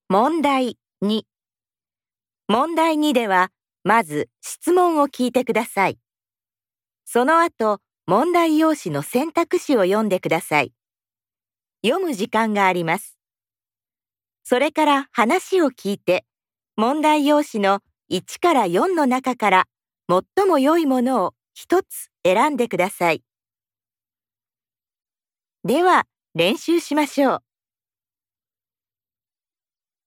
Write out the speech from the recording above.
問題2。問題2では、まず質問を聞いてください。その後、問題用紙の選択肢を読んでください。読む時間があります。それから話を聞いて、問題用紙の1から4の中から最も良いものを一つ選んでください。では、練習しましょう。